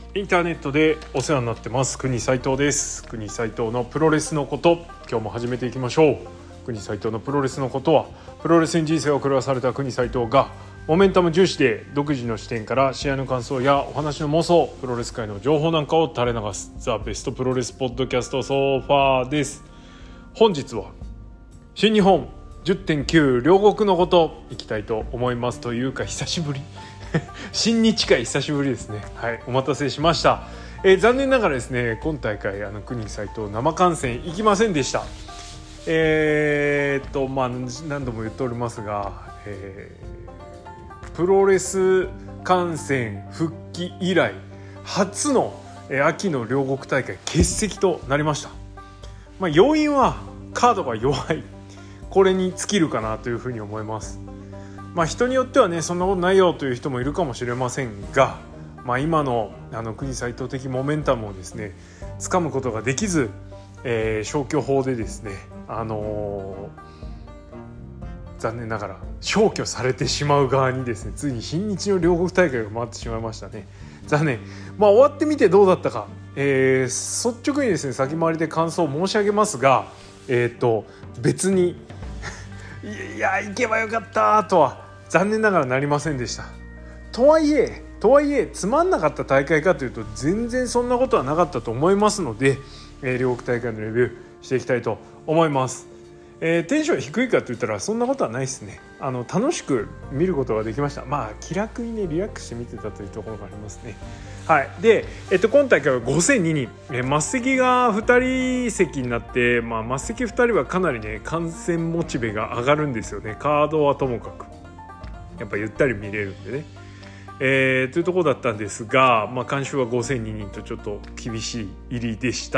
インターネットでお世話になってます国斉藤です。国斉藤のプロレスのこと、今日も始めていきましょう。国斉藤のプロレスのことは、プロレスに人生を狂わされた国斉藤がモメンタム重視で独自の視点から試合の感想やお話の妄想、プロレス界の情報なんかを垂れ流すザ・ベストプロレスポッドキャストソファーです。本日は新日本 10.9 両国のこといきたいと思います。というか久しぶり新日会久しぶりですね。はい、お待たせしました。残念ながらですね、今大会国斉藤生観戦行きませんでした。何度も言っておりますが、プロレス観戦復帰以来初の秋の両国大会欠席となりました。要因はカードが弱い、これに尽きるかなというふうに思います。人によってはね、そんなことないよという人もいるかもしれませんが、今の国斉藤的モメンタムをですね掴むことができず、消去法でですね、残念ながら消去されてしまう側にですね、ついに新日の両国大会が回ってしまいましたね。残念。終わってみてどうだったか、率直にですね先回りで感想を申し上げますが、別にいや行けばよかったとは残念ながらなりませんでした。とはいえつまんなかった大会かというと全然そんなことはなかったと思いますので、両国大会のレビューしていきたいと思います。テンション低いかと言ったらそんなことはないですね。楽しく見ることができました。気楽にねリラックスして見てたというところがありますね。はい。で、今大会は5002人、末席が2人席になって、末席2人はかなりね観戦モチベが上がるんですよね。カードはともかくやっぱゆったり見れるんでね、というところだったんですが、観衆は5002人とちょっと厳しい入りでした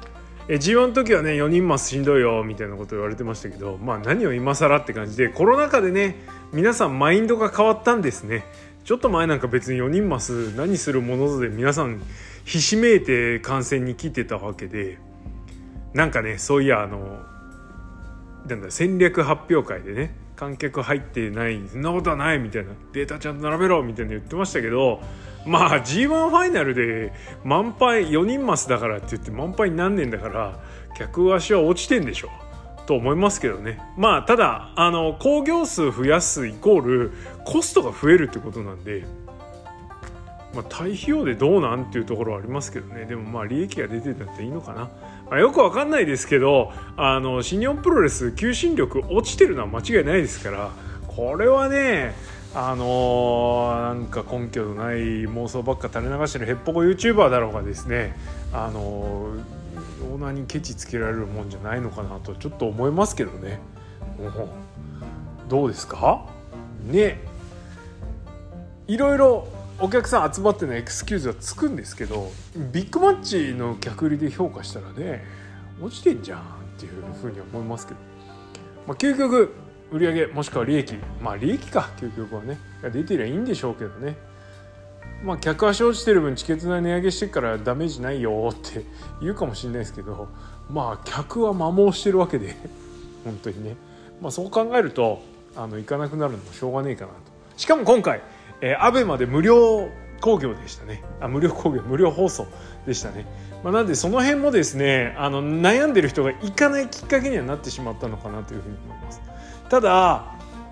。G1 の時はね4人マスしんどいよみたいなこと言われてましたけど、何を今更って感じで、コロナ禍でね皆さんマインドが変わったんですね。ちょっと前なんか別に4人マス何するものぞで皆さんひしめいて観戦に来てたわけで、なんかねそういや戦略発表会でね、観客入ってない、そんなことはないみたいな、データちゃんと並べろみたいな言ってましたけど、G1 ファイナルで満杯4人マスだからって言って満杯になんねんだから客足は落ちてんでしょと思いますけどね。ただ興行数増やすイコールコストが増えるってことなんで、対費用でどうなんっていうところはありますけどね。でも利益が出てたっていいのかな。よくわかんないですけど、新日本プロレス求心力落ちてるのは間違いないですから、これはねなんか根拠のない妄想ばっか垂れ流してるヘッポコ YouTuber だろうがですね、オーナーにケチつけられるもんじゃないのかなとちょっと思いますけどね。どうですかね。いろいろお客さん集まってのエクスキューズはつくんですけど、ビッグマッチの客売りで評価したらね落ちてんじゃんっていうふうに思いますけど、究極売上もしくは利益、利益か究極はね出てりゃいいんでしょうけどね。客足落ちてる分チケット代値上げしてからダメージないよって言うかもしれないですけど、客は摩耗してるわけで本当にね、そう考えると行かなくなるのもしょうがねえかなと。しかも今回アベマで無料興行でしたね。無料放送でしたね。なんでその辺もですね悩んでる人が行かないきっかけにはなってしまったのかなというふうに思います。ただ、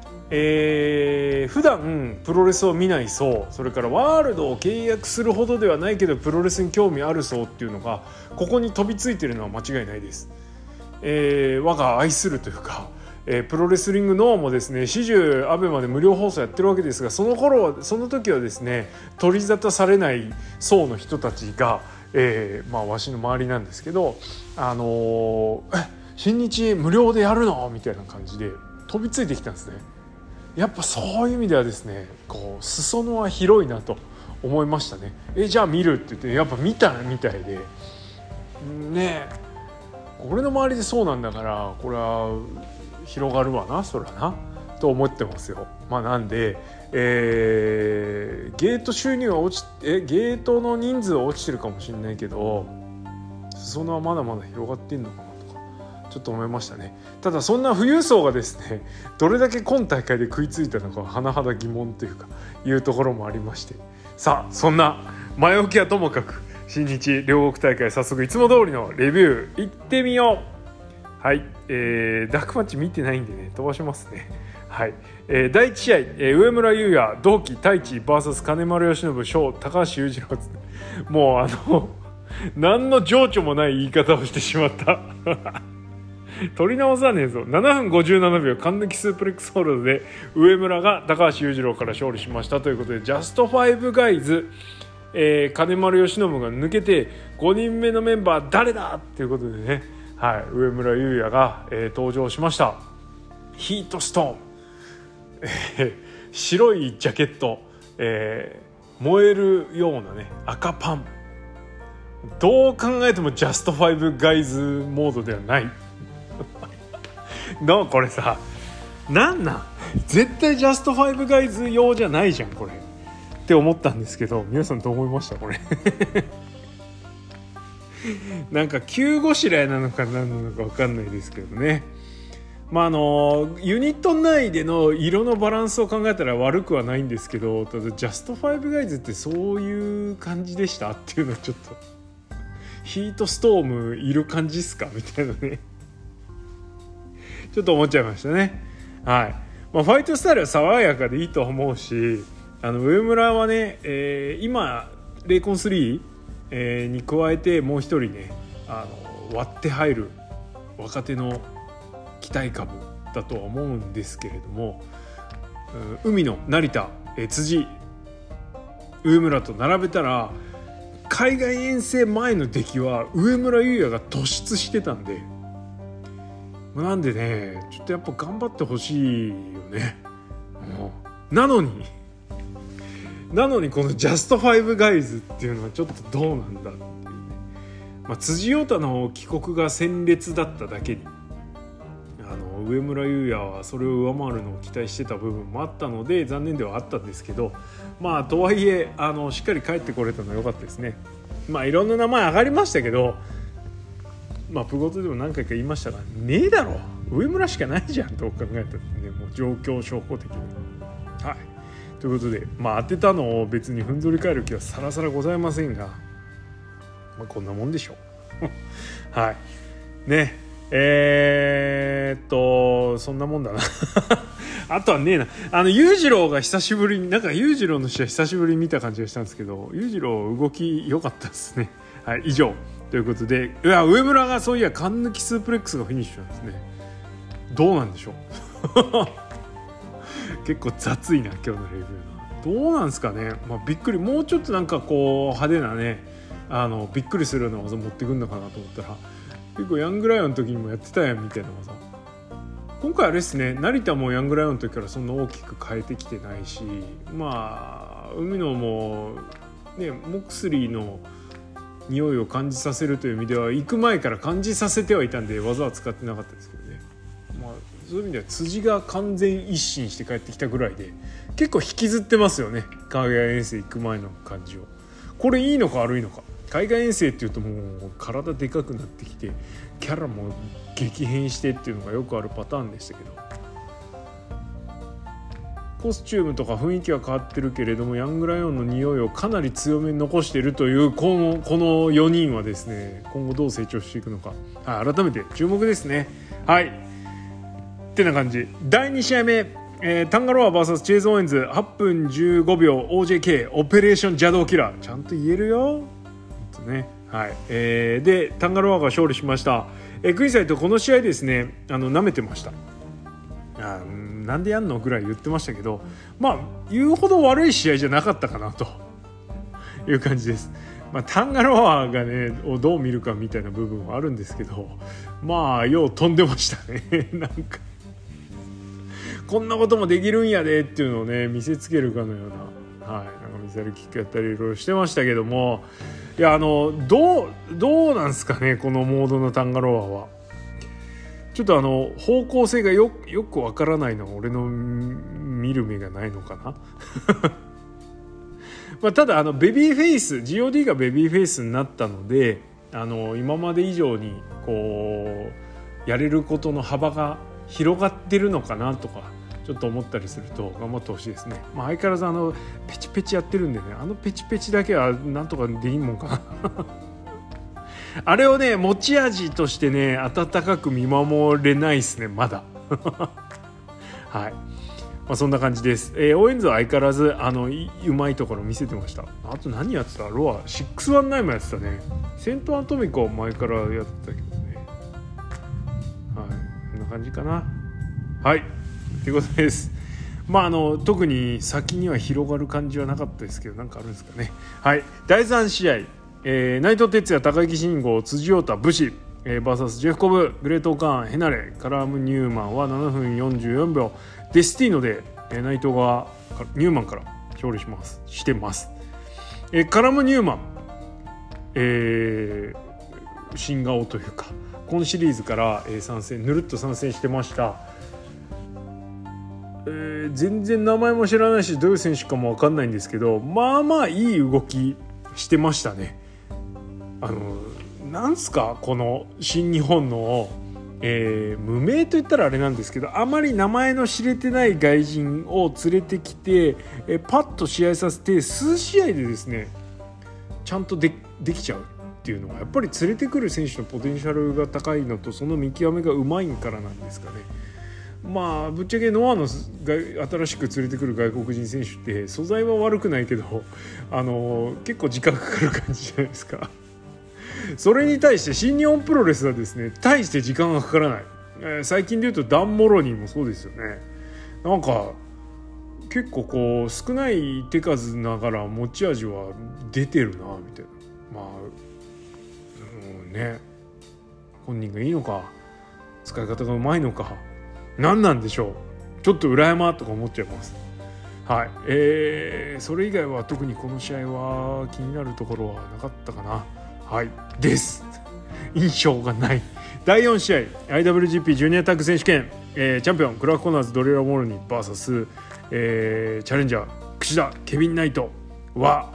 普段プロレスを見ない層、それからワールドを契約するほどではないけどプロレスに興味ある層っていうのがここに飛びついてるのは間違いないです。我が愛するというか、プロレスリングノアもですね始終アベマで無料放送やってるわけですが、その時はですね取り沙汰されない層の人たちが、わしの周りなんですけど、新日無料でやるのみたいな感じで飛びついてきたんですね。やっぱそういう意味ではですね裾野は広いなと思いましたね。じゃあ見るって言ってやっぱ見たみたいでね、俺の周りでそうなんだからこれは広がるわなそらなと思ってますよ。なんで、ゲート収入はゲートの人数は落ちてるかもしれないけど裾野はまだまだ広がってんのかなとかちょっと思いましたね。ただそんな富裕層がですねどれだけ今大会で食いついたのか甚だ疑問というところもありまして、さあそんな前置きはともかく新日両国大会、早速いつも通りのレビューいってみよう。はい、ダークマッチ見てないんでね飛ばしますね。はい、第1試合、上村優也同期太一 VS 金丸義信翔高橋裕次郎もう何の情緒もない言い方をしてしまった取り直さねえぞ。7分57秒カンヌキスープレックスホールドで上村が高橋裕次郎から勝利しましたということで、ジャスト5ガイズ、金丸義信が抜けて5人目のメンバー誰だということでね、はい、上村優也が、登場しました。ヒートストーン白いジャケット、燃えるようなね赤パン、どう考えてもジャスト5ガイズモードではないこれさ、なん絶対ジャスト5ガイズ用じゃないじゃんこれって思ったんですけど、皆さんどう思いましたこれなんか急ごしらえなのか何なのか分かんないですけどね。ユニット内での色のバランスを考えたら悪くはないんですけど、ただジャスト5ガイズってそういう感じでしたっていうのはちょっとヒートストームいる感じっすかみたいなねちょっと思っちゃいましたね。はい、ファイトスタイルは爽やかでいいと思うし、上村はね、今レイコン3、に加えてもう一人ね割って入る若手の期待株だとは思うんですけれども、海野、成田、辻、上村と並べたら海外遠征前の出来は上村優也が突出してたんで、なんでねちょっとやっぱ頑張ってほしいよね。なのにこのジャスト5ガイズっていうのはちょっとどうなんだっていうね。辻陽太の帰国が鮮烈だっただけに上村優也はそれを上回るのを期待してた部分もあったので残念ではあったんですけど、とはいえしっかり帰ってこれたのは良かったですね。いろんな名前上がりましたけど、プゴトでも何回か言いましたが、ねえだろ上村しかないじゃんと考えたんで、もう状況証拠的に。はい、ということで、当てたのを別にふんぞり返る気はさらさらございませんが、こんなもんでしょうはいね。そんなもんだなあとはねえな、裕次郎が久しぶりに裕次郎の試合久しぶりに見た感じがしたんですけど、裕次郎動き良かったですね。はい、以上ということで、上村がそういやカンヌキスープレックスがフィニッシュなんですね。どうなんでしょう結構雑いな今日のレビューな。どうなんですかね。びっくり、もうちょっと派手なねびっくりするような技持ってくるのかなと思ったら、結構ヤングライオンの時にもやってたやんみたいな技。今回あれですね、成田もヤングライオンの時からそんな大きく変えてきてないし、海野もねモクスリーの匂いを感じさせるという意味では行く前から感じさせてはいたんで技は使ってなかったですけどね。そういう意味では辻が完全一新して帰ってきたぐらいで結構引きずってますよね、海外遠征行く前の感じを。これいいのか悪いのか。海外遠征っていうともう体でかくなってきてキャラも激変してっていうのがよくあるパターンでしたけど、コスチュームとか雰囲気は変わってるけれどもヤングライオンの匂いをかなり強めに残しているというこの4人はですね、今後どう成長していくのか、改めて注目ですね。はいってな感じ。第2試合目、タンガロア VS チェイズ・オーエンズ8分15秒 OJK オペレーション邪道キラー、ちゃんと言えるよね。はい、でタンガロアが勝利しました。クイサイとこの試合ですね舐めてました。なんでやんのぐらい言ってましたけど、言うほど悪い試合じゃなかったかなという感じです。タンガロアがねをどう見るかみたいな部分はあるんですけど、よう飛んでましたねなんかこんなこともできるんやでっていうのをね見せつけるかのような、見せるキックやったりいろいろしてましたけども、いやどうなんですかねこのモードのタンガロアは。ちょっと方向性がよくわからないのは俺の見る目がないのかなただベビーフェイス GOD がベビーフェイスになったので今まで以上にこうやれることの幅が広がってるのかなとかちょっと思ったりすると頑張ってほしいですね。相変わらずペチペチやってるんでね、ペチペチだけはなんとかできんもんかなあれをね持ち味としてね温かく見守れないですねまだはい、そんな感じです。オーエンズは相変わらずうまいところ見せてました。あと何やってた？ロア619もやってたね。セントアトミコは前からやってたけどね。はい、こんな感じかな。はいということです。特に先には広がる感じはなかったですけど、なんかあるんですかね。はい、第3試合、内藤哲也、高木慎吾、辻陽太、武士、VS ジェフコブ、グレート・オカーン、ヘナレ、カラム・ニューマンは7分44秒デスティーノで、内藤がニューマンから勝利してます。カラム・ニューマン、新顔というか今シリーズから、ぬるっと参戦してました。全然名前も知らないしどういう選手かも分かんないんですけど、いい動きしてましたね。なんすかこの新日本の、無名といったらあれなんですけど、あまり名前の知れてない外人を連れてきて、パッと試合させて数試合でですねちゃんと できちゃうっていうのがやっぱり連れてくる選手のポテンシャルが高いのとその見極めがうまいからなんですかね。ぶっちゃけノアの新しく連れてくる外国人選手って素材は悪くないけど結構時間かかる感じじゃないですかそれに対して新日本プロレスはですね大して時間がかからない、最近でいうとダン・モロニーもそうですよね。なんか結構こう少ない手数ながら持ち味は出てるなみたいな。本人がいいのか使い方がうまいのか何なんでしょう。ちょっと羨まとか思っちゃいます。はい、それ以外は特にこの試合は気になるところはなかったかな。はいです印象がない。第4試合 IWGP ジュニアタッグ選手権、チャンピオンクラークコナーズドリラ・モロニー VS、チャレンジャー櫛田ケビン・ナイトは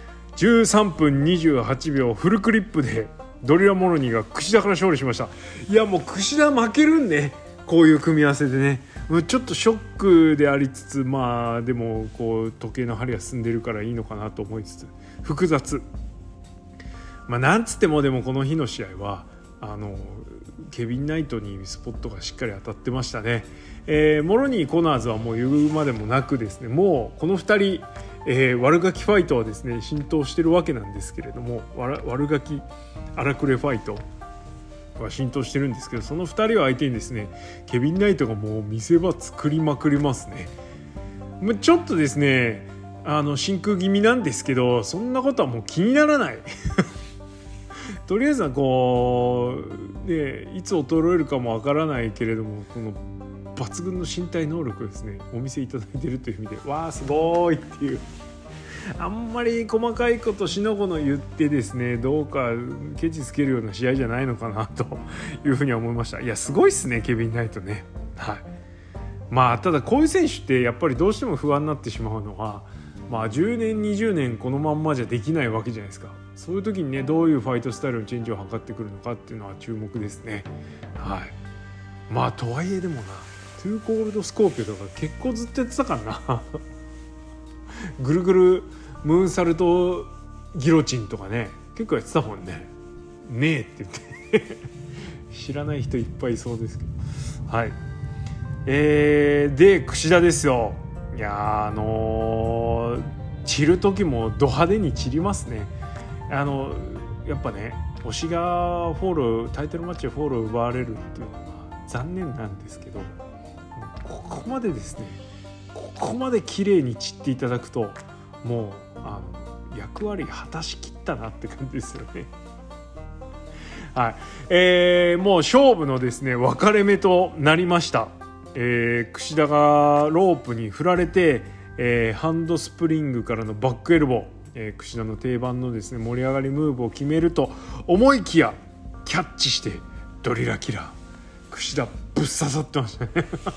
13分28秒フルクリップでドリラ・モロニーが櫛田から勝利しました。いやもう櫛田負けるんね、こういう組み合わせでね。ちょっとショックでありつつでもこう時計の針が進んでるからいいのかなと思いつつ複雑。なんつってもでもこの日の試合はケビン・ナイトにスポットがしっかり当たってましたね。モロニー・コナーズはもう言うまでもなくですね、もうこの2人、悪ガキファイトはですね浸透してるわけなんですけれども、悪ガキ荒くれファイトは浸透してるんですけど、その2人を相手にですねケビン・ナイトがもう見せ場作りまくりますね。ちょっとですね真空気味なんですけど、そんなことはもう気にならないとりあえずはこう、いつ衰えるかもわからないけれども、この抜群の身体能力をですねお見せいただいているという意味でわーすごいっていう、あんまり細かいことしのごの言ってですねどうかケチつけるような試合じゃないのかなというふうには思いました。いやすごいっすねケビン・ナイトね。はい、ただこういう選手ってやっぱりどうしても不安になってしまうのは、10年20年このまんまじゃできないわけじゃないですか。そういう時にねどういうファイトスタイルのチェンジを図ってくるのかっていうのは注目ですね。はい、とはいえでもなトゥーコールドスコーピオとか結構ずっとやってたからなぐるぐるムーンサルトギロチンとかね結構やってたもんね。ねえって言って知らない人いっぱいいそうですけど。はい、で櫛田ですよ。いや散る時もド派手に散りますね。やっぱね推しがタイトルマッチでフォールを奪われるっていうのは残念なんですけど、ここまでですねここまで綺麗に散っていただくともう役割果たしきったなって感じですよね。はい、もう勝負のですね分かれ目となりました。櫛田がロープに振られて、ハンドスプリングからのバックエルボー、櫛田の定番のですね盛り上がりムーブを決めると思いきやキャッチしてドリラキラー櫛田ぶっ刺さってましたね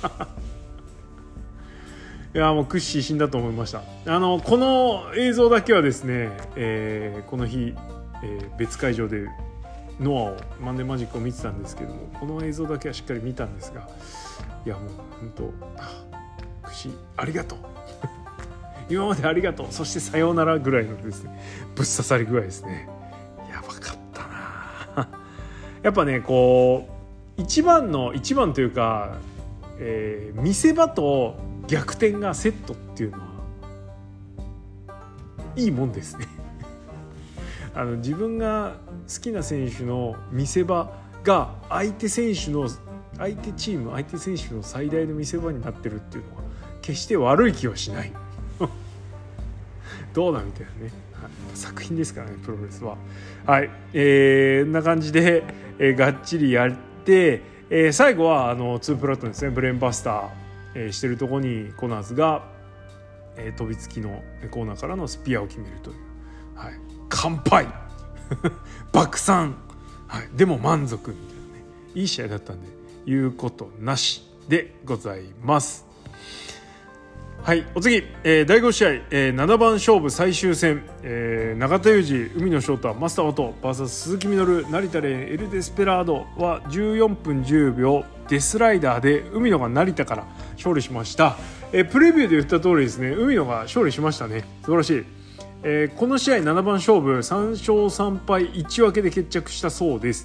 いやもうクッシー死んだと思いました。この映像だけはですね、この日、別会場でノアをマンデーマジックを見てたんですけども、この映像だけはしっかり見たんですが、いやもう本当しありがとう今までありがとう、そしてさようならぐらいのですねぶっ刺さり具合ですね。やばかったなやっぱねこう一番というか、見せ場と逆転がセットっていうのはいいもんですね自分が好きな選手の見せ場が相手チーム相手選手の最大の見せ場になってるっていうのは決して悪い気はしないどうだみたいなね、はい、作品ですからねプロレスは。はい、こんな感じで、がっちりやって、最後は2プラットですね、ブレーンバスター、してるとこにコナーズが、飛びつきのコーナーからのスピアを決めるという、はい、乾杯爆散、はい、でも満足みたいなね、いい試合だったんで言うことなしでございます。はい、お次、第5試合、7番勝負最終戦、永田裕二、海野翔太、マスター・オト VS 鈴木みのる、成田蓮、エル・デスペラードは14分10秒デスライダーで海野が成田から勝利しました。プレビューで言った通りですね、海野が勝利しましたね。素晴らしい。この試合7番勝負3勝3敗1分けで決着したそうです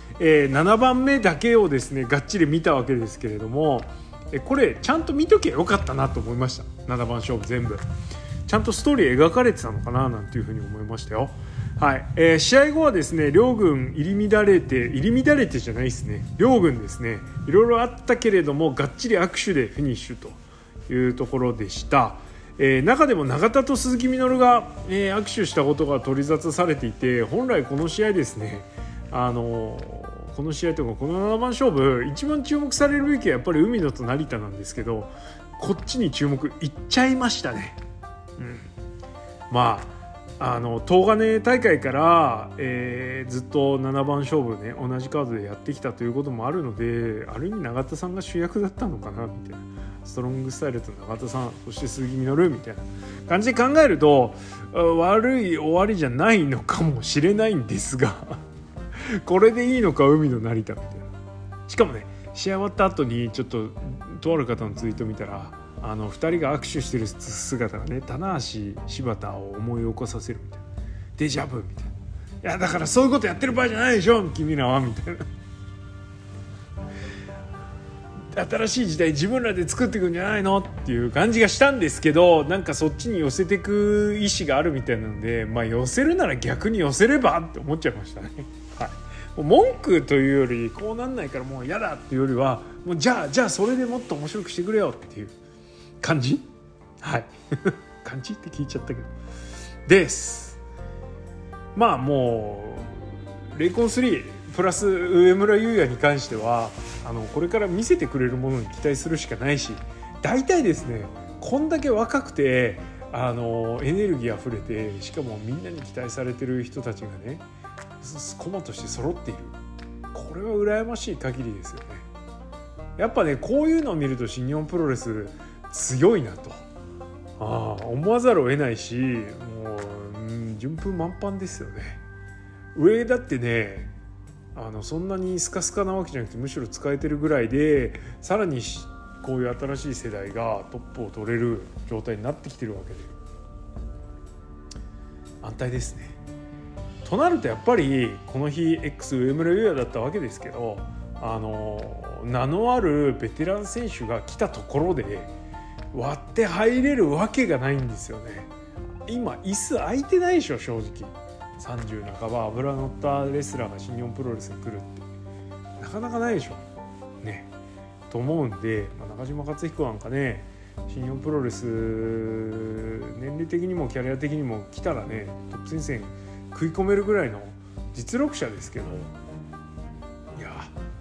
。7番目だけをですねがっちり見たわけですけれども、これちゃんと見ときゃよかったなと思いました。7番勝負全部ちゃんとストーリー描かれてたのかななんていうふうに思いましたよ。はい、試合後はですね両軍入り乱れてじゃないですね、両軍ですねいろいろあったけれどもがっちり握手でフィニッシュというところでした。中でも永田と鈴木みのるが、握手したことが取り沙汰されていて、本来この試合ですねこの試合というかこの7番勝負一番注目されるべきはやっぱり海野と成田なんですけど、こっちに注目いっちゃいましたね。まあ東金大会から、ずっと7番勝負ね同じカードでやってきたということもあるので、ある意味永田さんが主役だったのかなみたいな、ストロングスタイルと永田さんそして鈴木みのるみたいな感じで考えると悪い終わりじゃないのかもしれないんですがこれでいいのか海の成田みたいな。しかもね試合終わった後にちょっととある方のツイート見たら2人が握手してる姿がね棚橋柴田を思い起こさせるみたいな、デジャブみたいな、いやだからそういうことやってる場合じゃないでしょ君らはみたいな新しい時代自分らで作っていくんじゃないのっていう感じがしたんですけど、なんかそっちに寄せていく意思があるみたいなので、まあ寄せるなら逆に寄せればって思っちゃいましたね。はい、文句というよりこうなんないからもう嫌だっていうよりはもうじゃあそれでもっと面白くしてくれよっていう感じ、はい感じって聞いちゃったけどです。まあもうレイコン3プラス上村優也に関してはこれから見せてくれるものに期待するしかないし、大体ですねこんだけ若くてエネルギーあふれて、しかもみんなに期待されてる人たちがね駒として揃っている、これは羨ましい限りですよね。やっぱねこういうのを見ると新日本プロレス強いなと思わざるを得ないし、もう順風満帆ですよね。上だってねそんなにスカスカなわけじゃなくてむしろ使えてるぐらいで、さらにこういう新しい世代がトップを取れる状態になってきてるわけで安泰ですね。となるとやっぱりこの日 X 上村優也だったわけですけど、名のあるベテラン選手が来たところで割って入れるわけがないんですよね。今椅子空いてないでしょ正直。30半ば脂乗ったレスラーが新日本プロレスに来るってなかなかないでしょねと思うんで、中島克彦なんかね新日本プロレス年齢的にもキャリア的にも来たらねトップ戦線食い込めるぐらいの実力者ですけど、いや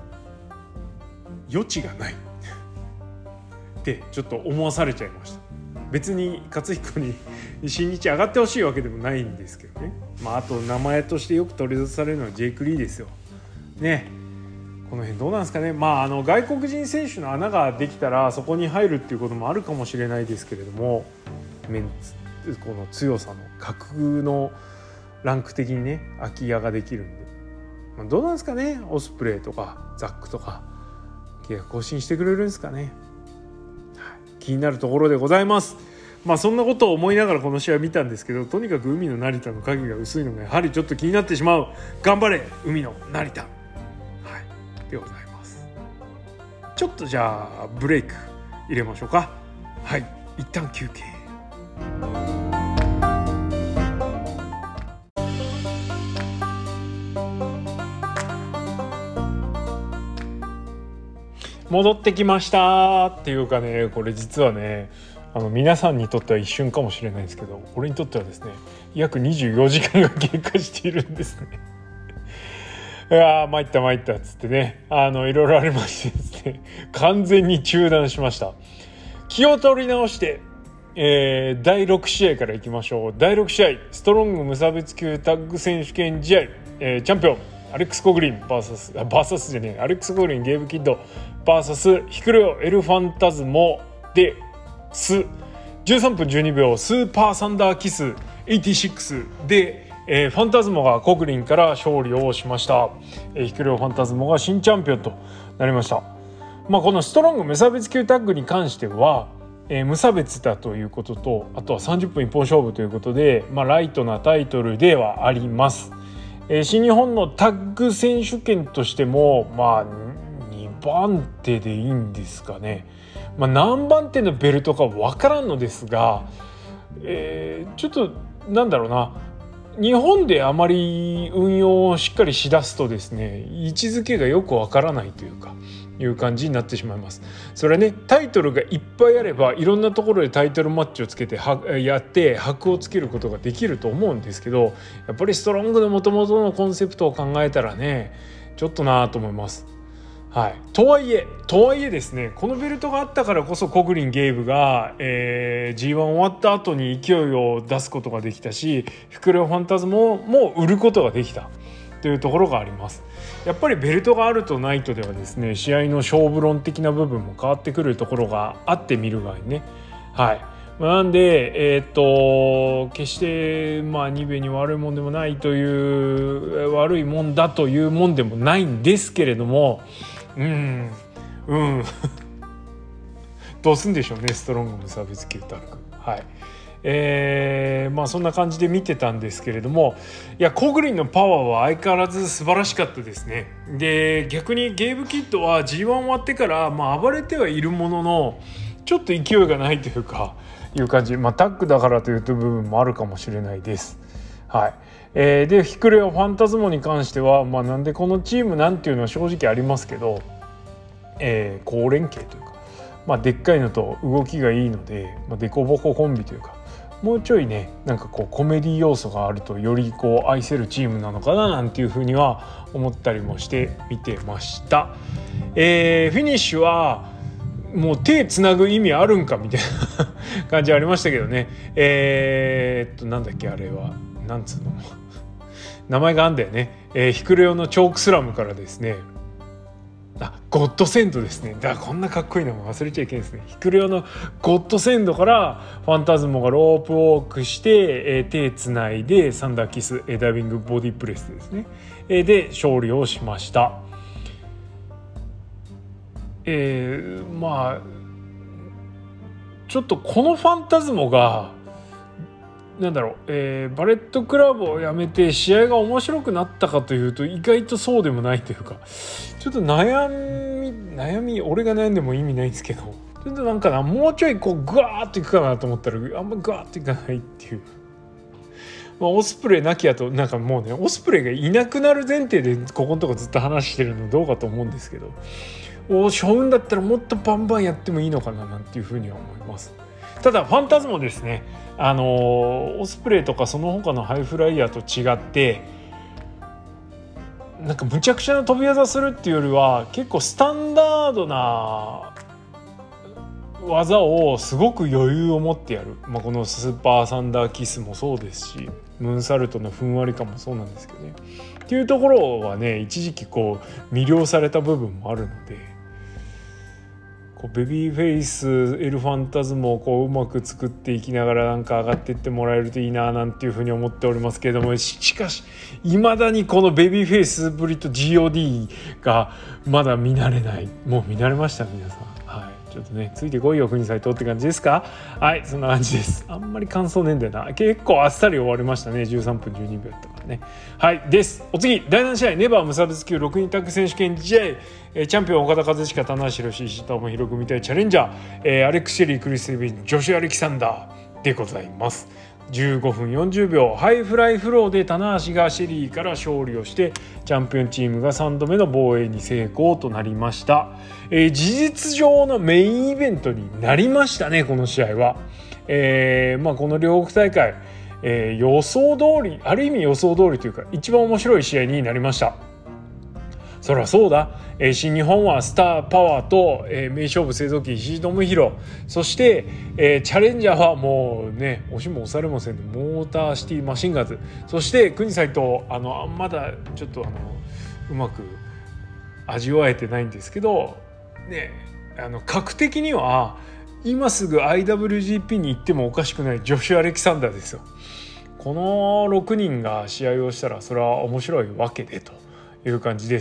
余地がないってちょっと思わされちゃいました。別に克彦に新日上がってほしいわけでもないんですけどね。あと名前としてよく取り沙汰されるのはジェイク・リーですよね。この辺どうなんですかね。外国人選手の穴ができたらそこに入るっていうこともあるかもしれないですけれども、この強さの格のランク的にね空き家ができるんで、どうなんですかね。オスプレイとかザックとか契約更新してくれるんですかね。 気になるところでございます。そんなことを思いながらこの試合見たんですけど、とにかく海の成田の影が薄いのがやはりちょっと気になってしまう。頑張れ海の成田、でございます。ちょっとじゃあブレイク入れましょうか。一旦休憩。戻ってきましたっていうかね、これ実はね皆さんにとっては一瞬かもしれないんですけど、俺にとってはですね約24時間が経過しているんですね。いや参ったっつってね、いろいろありましてですね、完全に中断しました。気を取り直して、第6試合からいきましょう。第6試合、ストロング無差別級タッグ選手権試合、チャンピオンアレックス・コグリン VS じゃねえアレックス・コグリンゲーブキッド VS ヒクレオ・エル・ファンタズモです13分12秒スーパーサンダーキス86で、ファンタズモがコグリンから勝利をしました。ヒクレオ・ファンタズモが新チャンピオンとなりました。このストロング無差別級タッグに関しては、無差別だということと、あとは30分一本勝負ということで、ライトなタイトルではあります。新日本のタッグ選手権としても2番手でいいんですかね。何番手のベルトか分からんのですが、ちょっとなんだろうな、日本であまり運用をしっかりしだすとですね、位置づけがよく分からないという感じになってしまいます。それはね、タイトルがいっぱいあればいろんなところでタイトルマッチをつけてやって箔をつけることができると思うんですけど、やっぱりストロングの元々のコンセプトを考えたらね、ちょっとなと思います。とはいえですね、このベルトがあったからこそコグリン・ゲイブが、G1 終わった後に勢いを出すことができたし、ヒクレオ・ファンタズモも売ることができたというところがあります。やっぱりベルトがあるとないとではですね、試合の勝負論的な部分も変わってくるところがあって見る側にね。なんで、決してニベに悪いもんでもないという悪いもんだというもんでもないんですけれども、どうすんでしょうね、ストロング無差別級タッグ。そんな感じで見てたんですけれども、いやコグリンのパワーは相変わらず素晴らしかったですね。で逆にゲーブキッドは G1 終わってから、暴れてはいるもののちょっと勢いがないという感じ、タッグだからという部分もあるかもしれないです。でヒクレオ・ファンタズモに関しては、なんでこのチームなんていうのは正直ありますけど、好連携というか、でっかいのと動きがいいので、デコボココンビというか、もうちょいねコメディ要素があるとより愛せるチームなのかななんていうふうには思ったりもして見てました。フィニッシュはもう手つなぐ意味あるんかみたいな感じありましたけどね。なんだっけあれはなんつうの名前があんだよね。ヒクレオのチョークスラムからですね、ゴッドセンドですね。だからこんなかっこいいのも忘れちゃいけないですね。ヒクレオのゴッドセンドからファンタズモがロープウォークして、手つないでサンダーキス、ダイビングボディプレスですね、で勝利をしました。ちょっとこのファンタズモがバレットクラブをやめて試合が面白くなったかというと意外とそうでもないというか、ちょっと悩み俺が悩んでも意味ないんですけど、ちょっともうちょいグワーッといくかなと思ったらあんまグワーッといかないっていう、オスプレイなきゃともうね、オスプレイがいなくなる前提でここのとこずっと話してるのどうかと思うんですけど、勝運だったらもっとバンバンやってもいいのかななんていうふうには思います。ただファンタズモですね、オスプレイとかその他のハイフライヤーと違ってむちゃくちゃな飛び技するっていうよりは結構スタンダードな技をすごく余裕を持ってやる、このスーパーサンダーキスもそうですし、ムーンサルトのふんわり感もそうなんですけどねっていうところはね、一時期魅了された部分もあるので、ベビーフェイスエルファンタズモをうまく作っていきながら上がっていってもらえるといいななんていうふうに思っておりますけれども、しかし未だにこのベビーフェイスぶりと GOD がまだ見慣れない。もう見慣れました皆さん。 ちょっとねついてこいよ国際とって感じですか。はい、そんな感じです。あんまり感想ねえんだよな。結構あっさり終わりましたね。13分12秒だったからね。はいです。お次第7試合ネバー無差別級6人タッグ選手権 J、チャンピオン岡田和親棚橋宏石田智弘組対チャレンジャー、アレックス・シェリークリス・エビンジョシュ・アレキサンダーでございます。15分40秒ハイフライフローで棚橋がシェリーから勝利をしてチャンピオンチームが3度目の防衛に成功となりました。事実上のメインイベントになりましたねこの試合は。この両国大会、予想通りある意味予想通りというか一番面白い試合になりました。そりゃそうだ、新日本はスターパワーと、名勝負製造機石井智弘、そして、チャレンジャーはもうね押しも押されもせんのモーターシティマシンガンズ、そして国際とまだちょっとうまく味わえてないんですけどね、格的には今すぐ IWGP に行ってもおかしくないジョシュ・アレキサンダーですよ。この6人が試合をしたらそれは面白いわけでという感じです。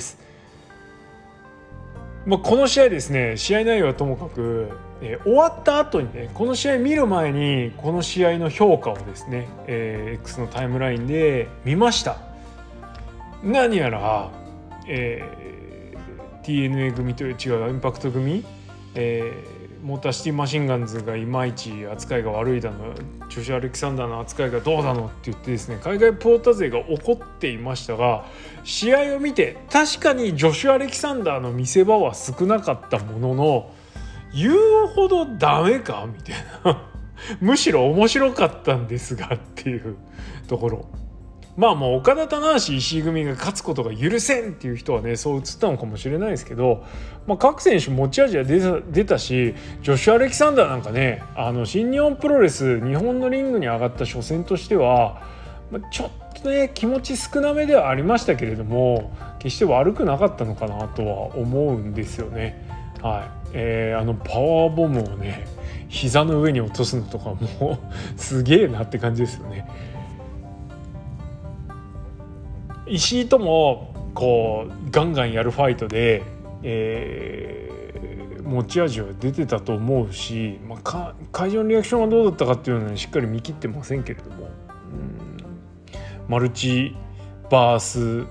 この試合ですね、試合内容はともかく、終わった後にねこの試合見る前にこの試合の評価をですね、X のタイムラインで見ました。何やら、TNA 組という違うインパクト組、モーターシティマシンガンズがいまいち扱いが悪いだのジョシュ・アレキサンダーの扱いがどうだのって言ってですね海外プロータ勢が怒っていましたが、試合を見て確かにジョシュ・アレキサンダーの見せ場は少なかったものの言うほどダメかみたいなむしろ面白かったんですがっていうところ。もう岡田棚橋石井組が勝つことが許せんっていう人はねそう映ったのかもしれないですけど、各選手持ち味は出たしジョシュ・アレキサンダーなんかね新日本プロレス日本のリングに上がった初戦としては、ちょっとね気持ち少なめではありましたけれども決して悪くなかったのかなとは思うんですよね。はい、パワーボムをね膝の上に落とすのとかもすげえなって感じですよね。石井ともこうガンガンやるファイトで、持ち味は出てたと思うし、会場のリアクションはどうだったかっていうのは、ね、しっかり見切ってませんけれども、マルチバース、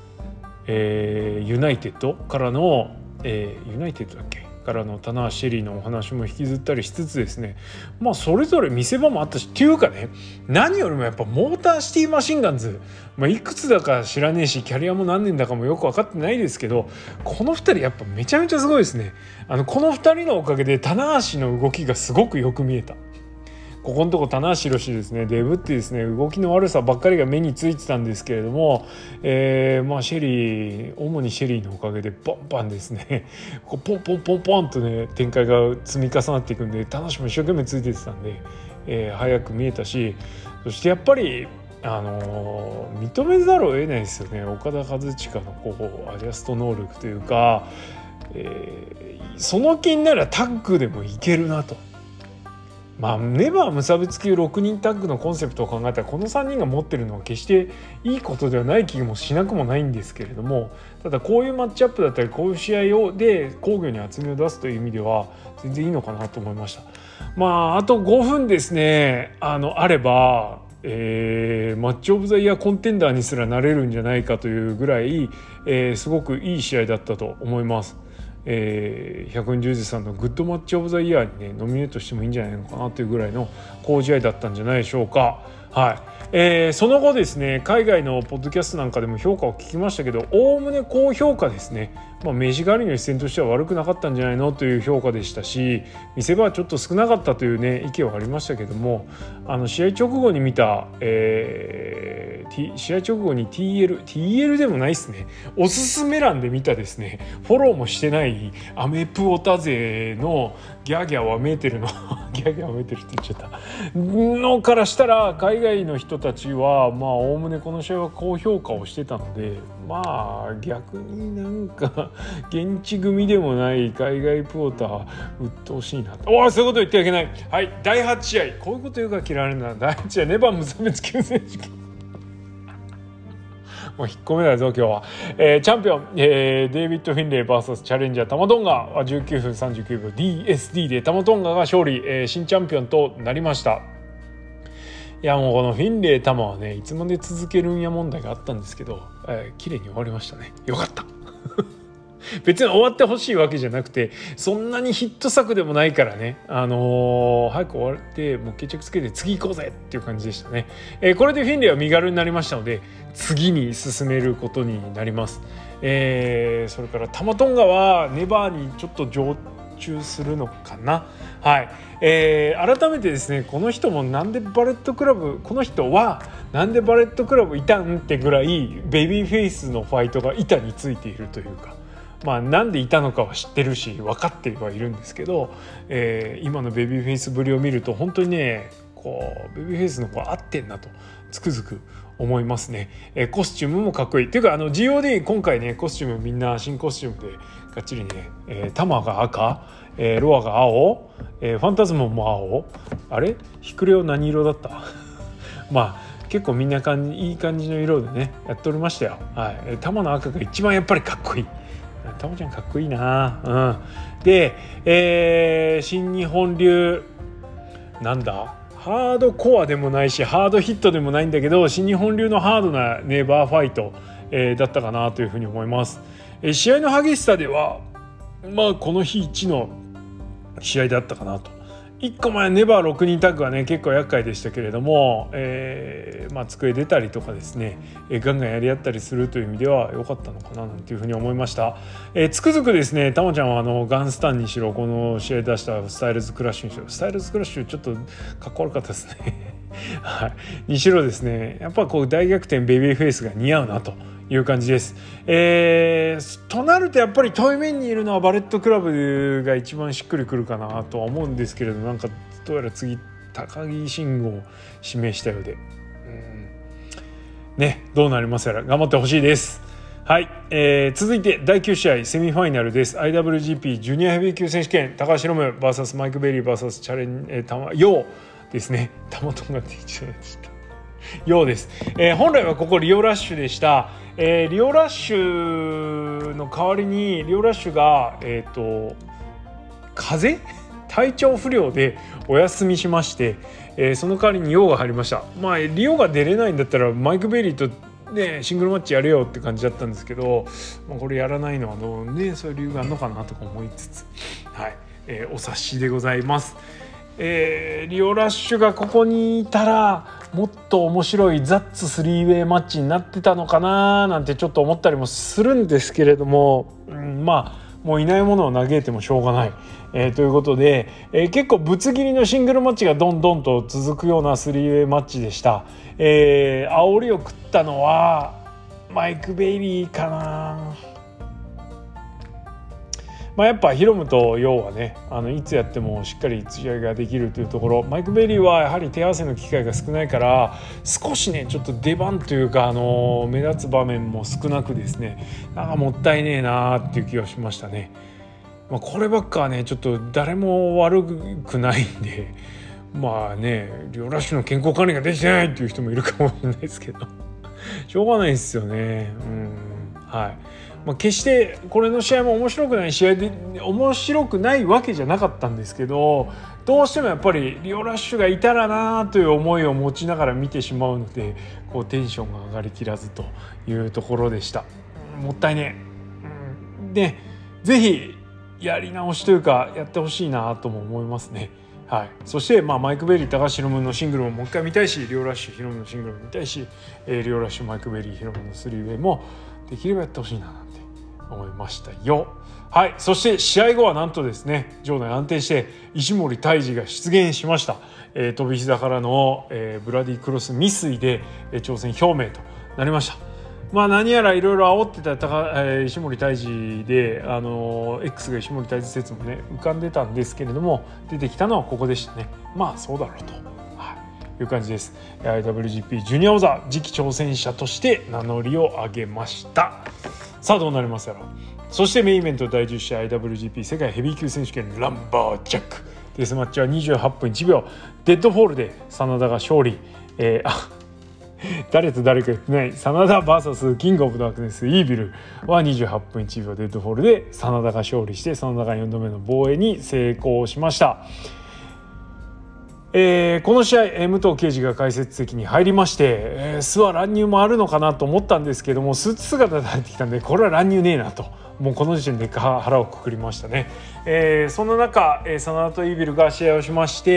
ユナイテッドからの、ユナイテッドだっけからの棚橋シェリーのお話も引きずったりしつつですね、それぞれ見せ場もあったしっていうかね、何よりもやっぱモーターシティマシンガンズ、いくつだか知らねえしキャリアも何年だかもよく分かってないですけど、この2人やっぱめちゃめちゃすごいですね。この2人のおかげで棚橋の動きがすごくよく見えた。ここのとこ棚橋宏ですねデブってですね動きの悪さばっかりが目についてたんですけれども、シェリー主にシェリーのおかげでバンバンですねこうポンポンポンポンとね展開が積み重なっていくんで棚橋も一生懸命ついてたんで、早く見えたし、そしてやっぱり認めざるを得ないですよね。岡田和親のこうアジャスト能力というか、その気にならタッグでもいけるなと。ネバー無差別級6人タッグのコンセプトを考えたらこの3人が持ってるのは決していいことではない気もしなくもないんですけれども、ただこういうマッチアップだったりこういう試合で交互に厚みを出すという意味では全然いいのかなと思いました。あと5分ですねあれば、マッチオブザイヤーコンテンダーにすらなれるんじゃないかというぐらい、すごくいい試合だったと思います。110時さんのグッドマッチオブザイヤーにねノミネートしてもいいんじゃないのかなというぐらいの好試合だったんじゃないでしょうか。はい、その後ですね海外のポッドキャストなんかでも評価を聞きましたけど、おおむね高評価ですね。名刺代わりの一戦としては悪くなかったんじゃないのという評価でしたし、見せ場はちょっと少なかったというね意見はありましたけども、試合直後に見た、試合直後に TL でもないですね、おすすめ欄で見たですねフォローもしてないアメプオタ勢のギャーギャーわめいてるのギャーギャーわめいてるって言っちゃったのからしたら海外の人たちはおおむねこの試合は高評価をしてたので、逆になんか現地組でもない海外プローター鬱陶しいなと。そういうこと言ってはいけない。はい、第8試合こういうこと言うから嫌われるな。第8試合ネバー無差別級選手権もう引っ込めないぞ今日は。チャンピオン、デイビッド・フィンレイ VS チャレンジャータマトンガは19分39秒 DSD でタマトンガが勝利、新チャンピオンとなりました。いやもうこのフィンレイタマはねいつまで続けるんや問題があったんですけど、綺麗に終わりましたね。よかった別に終わってほしいわけじゃなくてそんなにヒット作でもないからね、早く終わってもう決着つけて次行こうぜっていう感じでしたね。これでフィンレイは身軽になりましたので次に進めることになります。それからタマトンガはネバーにちょっと常駐するのかな。はい、改めてですねこの人はなんでバレットクラブいたんってぐらいベビーフェイスのファイトが板についているというか、なんでいたのかは知ってるし分かってはいるんですけど、今のベビーフェイスぶりを見ると本当にねこうベビーフェイスの子合ってんなとつくづく思いますね。コスチュームもかっこいいっていうかGOD 今回ねコスチュームみんな新コスチュームでがっちりね、タマが赤、ロアが青、ファンタズモも青、あれヒクレオ何色だった結構みんないい感じの色でねやっておりましたよ。はい、タマの赤が一番やっぱりかっこいい。タマちゃんかっこいいな。で、新日本流なんだハードコアでもないしハードヒットでもないんだけど新日本流のハードなネバーファイト、だったかなというふうに思います。試合の激しさではこの日一の試合だったかなと。1個前ネバー6人タッグはね結構厄介でしたけれども、机出たりとかですね、ガンガンやり合ったりするという意味では良かったのかななんていうふうに思いました。つくづくですねタマちゃんはガンスタンにしろこの試合出したスタイルズクラッシュにしろスタイルズクラッシュちょっとかっこ悪かったですねはい、にしろですねやっぱこう大逆転ベビーフェイスが似合うなという感じです。となるとやっぱり対面にいるのはバレットクラブが一番しっくりくるかなとは思うんですけれどなんかどうやら次高木慎吾を指名したようでどうなりますやら頑張ってほしいです。はい、続いて第9試合セミファイナルです。 IWGP ジュニアヘビー級選手権高橋宏夢 VS マイク・ベリー VS チャレンヨウですね。タマトンガって言っちゃいましたようです。本来はここリオラッシュでした。リオラッシュの代わりにリオラッシュが、体調不良でお休みしまして、その代わりにヨウが入りました。リオが出れないんだったらマイク・ベリーと、シングルマッチやれよって感じだったんですけど、これやらないのはそういう理由があるのかなとか思いつつ、はい、お察しでございます。リオラッシュがここにいたらもっと面白いザッツ3ウェイマッチになってたのかななんてちょっと思ったりもするんですけれども、もういないものを嘆いてもしょうがない、ということで、結構ぶつ切りのシングルマッチがどんどんと続くような3ウェイマッチでした。煽りを食ったのはマイク・ベイリーかな。やっぱヒロムとヨウはねいつやってもしっかり試合ができるというところ、マイク・ベリーはやはり手合わせの機会が少ないから少しねちょっと出番というか目立つ場面も少なくですねなんかもったいねえなっていう気がしましたね。こればっかはねちょっと誰も悪くないんでリオラッシュの健康管理ができてないっていう人もいるかもしれないですけどしょうがないですよね。はい、決してこれの試合も面白くない試合で面白くないわけじゃなかったんですけどどうしてもやっぱりリオラッシュがいたらなという思いを持ちながら見てしまうのでテンションが上がりきらずというところでした。もったいねでぜひやり直しというかやってほしいなとも思いますね。はい、そして、マイク・ベリー高橋宏夢のシングルももう一回見たいしリオラッシュヒロムのシングルも見たいし、リオラッシュマイク・ベリーヒロムのスリーウェイもできればやってほしいななんて思いましたよ。はい、そして試合後はなんとですね場内安定して石森泰治が出現しました。飛び膝からの、ブラディクロス未遂で、挑戦表明となりました。何やらいろいろ煽ってた石森泰治でX が石森泰治説もね浮かんでたんですけれども出てきたのはここでしたね。そうだろうと、いう感じです。 IWGP ジュニア王座次期挑戦者として名乗りを上げました。さあどうなりますやろう。そしてメインイベント第10試合 IWGP 世界ヘビー級選手権ランバージャックデスマッチは28分1秒デッドフォールで真田が勝利。 誰と誰か言ってない真田 VS キングオブダークネスイービルは28分1秒デッドフォールで真田が勝利して真田が4度目の防衛に成功しました。この試合武藤敬司が解説席に入りまして、スワ乱入もあるのかなと思ったんですけども、スーツ姿で入ってきたんでこれは乱入ねえなと、もうこの時点で腹をくくりましたね。その中、真田とイービルが試合をしまして、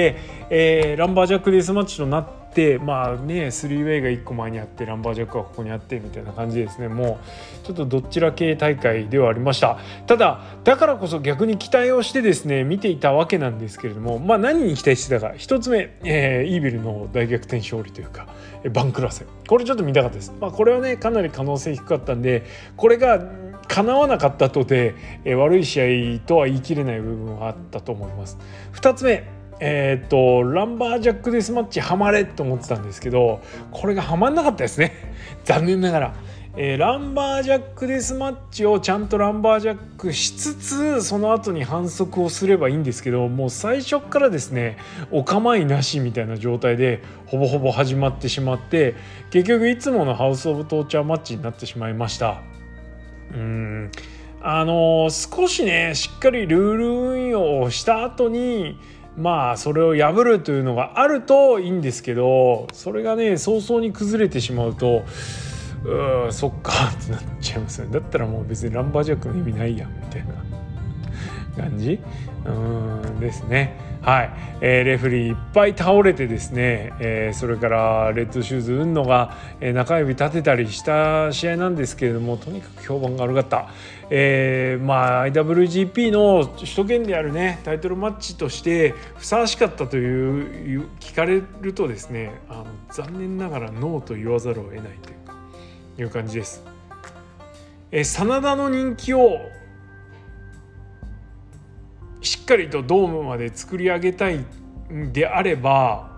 ランバージャックデスマッチとなって、まあねスリーウェイが1個前にあってランバージャックはここにあってみたいな感じですね。もうちょっとどちら系大会ではありました。ただだからこそ逆に期待をしてですね見ていたわけなんですけれども、まあ何に期待してたか、1つ目、イービルの大逆転勝利というか番狂わせ、これちょっと見たかったです。これはねかなり可能性低かったんで、これが叶わなかったとで、悪い試合とは言い切れない部分はあったと思います。2つ目、ランバージャックデスマッチハマれと思ってたんですけど、これがハマんなかったですね残念ながら。ランバージャックデスマッチをちゃんとランバージャックしつつその後に反則をすればいいんですけど、もう最初からですねお構いなしみたいな状態でほぼほぼ始まってしまって、結局いつものハウスオブトーチャーマッチになってしまいました。少しねしっかりルール運用をした後にそれを破るというのがあるといいんですけど、それがね早々に崩れてしまうとそっかってなっちゃいますよね。だったらもう別にランバージャックの意味ないやんみたいな感じですね。はい、レフェリーいっぱい倒れてですね、それからレッドシューズ運野が、中指立てたりした試合なんですけれども、とにかく評判が悪かった。IWGP の首都圏であるねタイトルマッチとしてふさわしかったという聞かれるとですね、残念ながらノーと言わざるを得ないという感じです。真田の人気をしっかりとドームまで作り上げたいんであれば、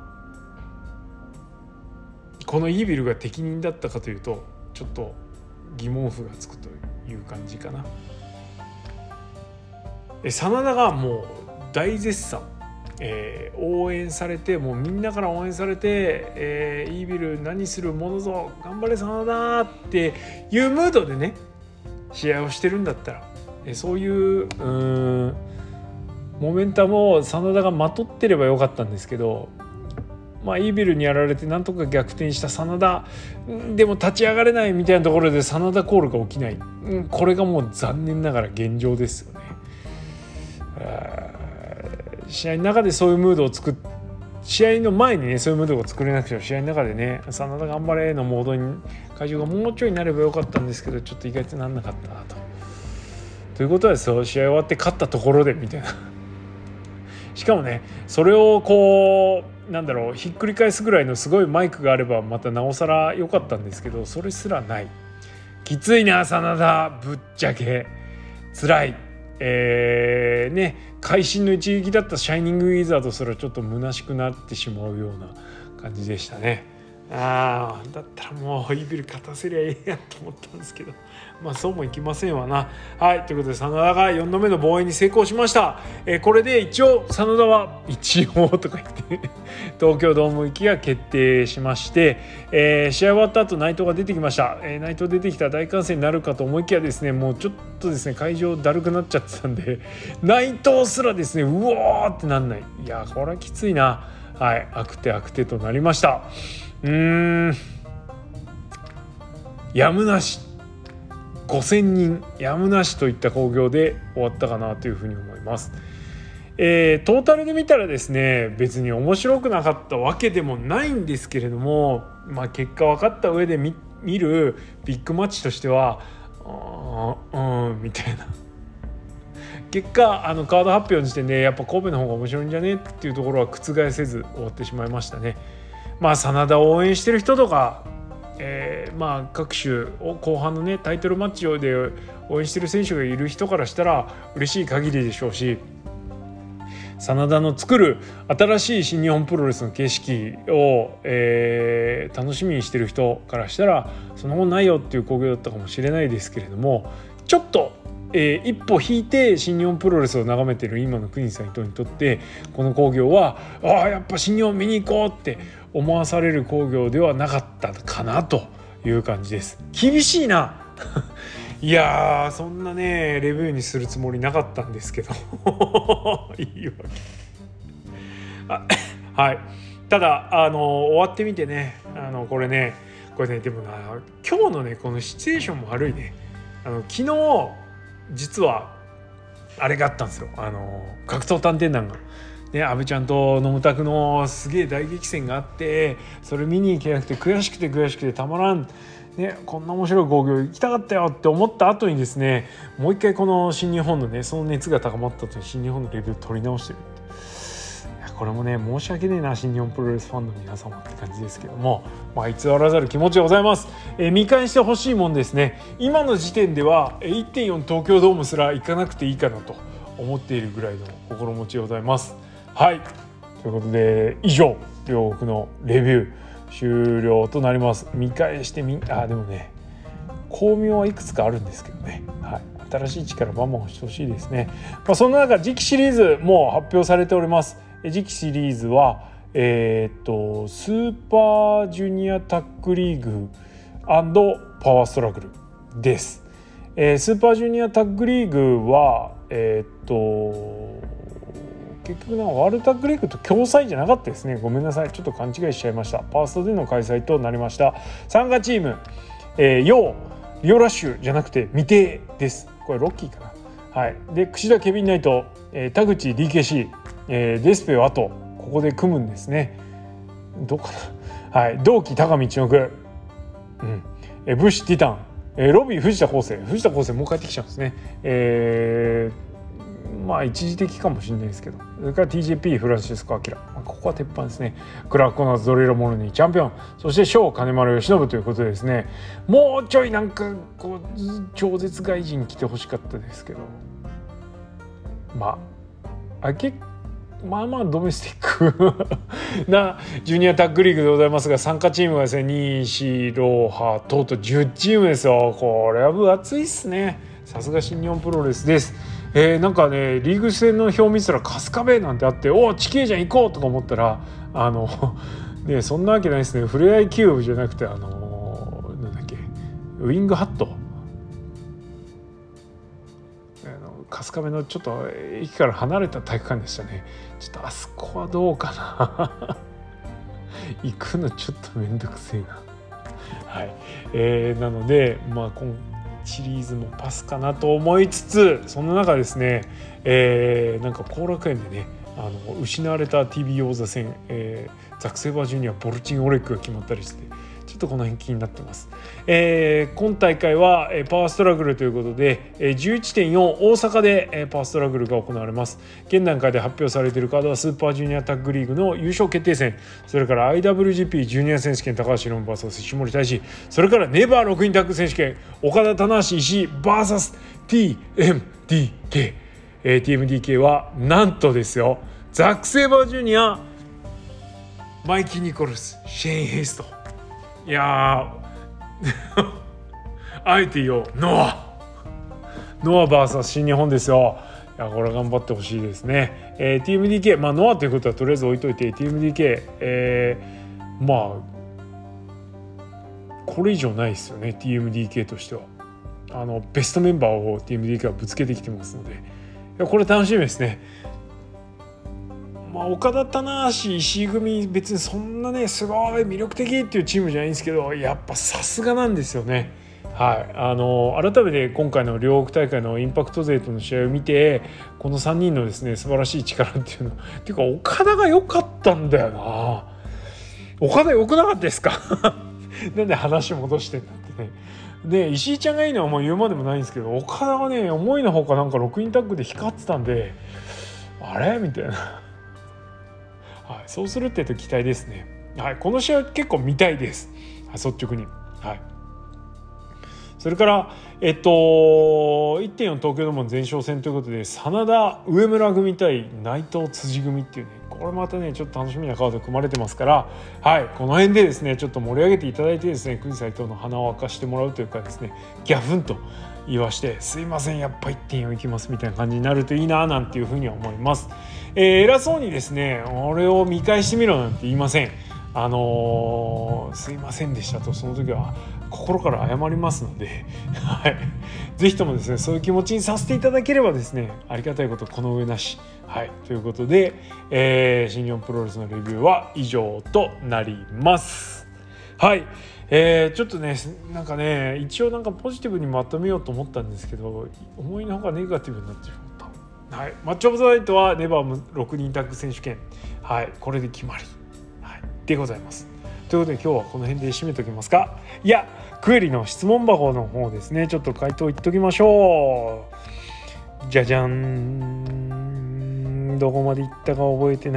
このイービルが適任だったかというとちょっと疑問符がつくという感じかな。真田がもう大絶賛、応援されて、もうみんなから応援されて、イービル何するものぞ頑張れ真田っていうムードでね試合をしてるんだったら、そういうモメンタムを真田がまとってればよかったんですけど、イービルにやられてなんとか逆転した真田でも立ち上がれないみたいなところで真田コールが起きない、これがもう残念ながら現状ですよね。試合の中でそういうムードを試合の前にねそういうムードが作れなくても試合の中でね真田頑張れのモードに会場がもうちょいになればよかったんですけど、ちょっと意外となんなかったなということはですよ、試合終わって勝ったところでみたいなしかもねそれをこうひっくり返すぐらいのすごいマイクがあればまたなおさら良かったんですけど、それすらない。きついな真田、ぶっちゃけ辛い。会心の一撃だったシャイニングウィザードすらちょっと虚しくなってしまうような感じでしたね。だったらもうイービル勝たせりゃええやんと思ったんですけど、そうもいきませんわな。はい、ということで真田が4度目の防衛に成功しました。これで一応真田は一応とか言って東京ドーム行きが決定しまして、試合終わった後内藤が出てきました。内藤出てきたら大歓声になるかと思いきやですね、もうちょっとですね会場だるくなっちゃってたんで内藤すらですねうおーってなんない。いやこれはきついな。はい、悪手となりました。やむなし5000人やむなしといった興行で終わったかなというふうに思います。トータルで見たらですね別に面白くなかったわけでもないんですけれども、結果分かった上で 見るビッグマッチとしてはみたいな結果カード発表の時点でやっぱ神戸の方が面白いんじゃねっていうところは覆せず終わってしまいましたね。真田を応援してる人とか、各種後半のねタイトルマッチで応援してる選手がいる人からしたら嬉しい限りでしょうし、真田の作る新しい新日本プロレスの形式を、楽しみにしてる人からしたらそんなもんないよっていう興行だったかもしれないですけれども、ちょっと一歩引いて新日本プロレスを眺めている今の国さん伊藤にとってこの興行はやっぱ新日本見に行こうって思わされる興行ではなかったかなという感じです。厳しいないやー、そんなねレビューにするつもりなかったんですけどいいわけはい。ただ終わってみてね、これねでもな、今日のねこのシチュエーションも悪いね。昨日実はあれがあったんですよ。格闘探偵団がね、阿部ちゃんとノムタクのすげえ大激戦があって、それ見に行けなくて悔しくてたまらん、ね、こんな面白い興行行きたかったよって思った後にですね、もう一回この新日本のねその熱が高まった後に新日本のレビュー取り直してるって、いやこれもね申し訳ねえな新日本プロレスファンの皆様って感じですけども、偽らざる気持ちでございます。見返してほしいもんですね。今の時点では 1.4 東京ドームすら行かなくていいかなと思っているぐらいの心持ちでございます。はい、ということで以上両国のレビュー終了となります。見返してでもね巧妙はいくつかあるんですけどね、はい、新しい力バンバン欲してほしいですね。そんな中次期シリーズも発表されております。次期シリーズはスーパージュニアタッグリーグ&パワーストラグルです。スーパージュニアタッグリーグは結局ワールドタッグリーグと共催じゃなかったですね。ごめんなさい、ちょっと勘違いしちゃいました。パーストでの開催となりました。参加チーム、リオラッシュじゃなくて未定です。これロッキーかな。はい。で櫛田ケビンナイト、田口 DKC、デスペをここで組むんですね。どうかな。はい。同期高見千代ブッシュティタン、ロビー藤田康生もう帰ってきちゃうんですね。一時的かもしれないですけど、それから TJP フランシスコ・アキラ、ここは鉄板ですね。クラークコナーズドリロモルニーチャンピオン、そしてショー金丸義信ということでですね、もうちょい超絶外人来てほしかったですけど、ドメスティックなジュニアタッグリーグでございますが、参加チームがですね2、4、6、8とうとう10チームですよ。これは分厚いっすね。さすが新日本プロレスです。なんかねリーグ戦の表見てたら春日部なんてあって、地形じゃん行こうとか思ったらね、そんなわけないですね。ふれあいキューブじゃなくてなんだっけ、ウィングハット、春日部のちょっと駅から離れた体育館でしたね。ちょっとあそこはどうかな行くのちょっとめんどくせえな。はい、なので今シリーズもパスかなと思いつつ、そんな中ですね、なんか後楽園でね失われた TB 王座戦、ザク・セイバージュニアボルチン・オレックが決まったりして、ちょっとこの辺気になってます。今大会はパワーストラグルということで 11.4 大阪でパワーストラグルが行われます。現段階で発表されているカードはスーパージュニアタッグリーグの優勝決定戦、それから IWGP ジュニア選手権高橋宏夢 VS 石森大志、それからネバー6人タッグ選手権岡田棚橋石井 VS TMDK、TMDK はなんとですよ、ザック・セイバージュニア、マイキー・ニコルス、シェーン・ヘイスト、いやあえて言おう、ノア VS 新日本ですよ。いやこれ頑張ってほしいですね。TMDK、ノアということはとりあえず置いといて TMDK、これ以上ないですよね。 TMDK としてはベストメンバーを TMDK はぶつけてきてますので、いやこれ楽しみですね。岡田棚橋石井組、別にそんなねすごい魅力的っていうチームじゃないんですけど、やっぱさすがなんですよね。はい、改めて今回の両国大会のインパクト勢との試合を見て、この3人のですね素晴らしい力っていうのっていうか、岡田が良かったんだよな。岡田良くなかったですかなんで話戻してんだってね。で石井ちゃんがいいのはもう言うまでもないんですけど、岡田がね思いのほかなんか6人タッグで光ってたんで、あれみたいなはい、そうするって期待ですね。はい、この試合結構見たいです、率直に。はい、それから1.4 東京ドームの前哨戦ということで、真田上村組対内藤辻組っていうね、これまたねちょっと楽しみなカード組まれてますから、はい、この辺でですねちょっと盛り上げていただいてですね、国斉藤の鼻を明かしてもらうというかですね、ギャフンと言わしてすいませんやっぱ 1.4 いきますみたいな感じになるといいななんていうふうには思います。偉そうにですね俺を見返してみろなんて言いません。 すいませんでしたとその時は心から謝りますので、はい、ぜひともですねそういう気持ちにさせていただければですねありがたいことこの上なし、はい、ということで、新日本プロレスのレビューは以上となります。はい、ちょっとねなんかね一応なんかポジティブにまとめようと思ったんですけど思いのほかネガティブになってしまった。はい、マッチオブザナイトはネバー6人タッグ選手権、はい、これで決まり、はい、でございます。ということで今日はこの辺で締めておきますか。いやクエリの質問箱の方ですねちょっと回答言っときましょう。じゃじゃん、どこまで行ったか覚えてない。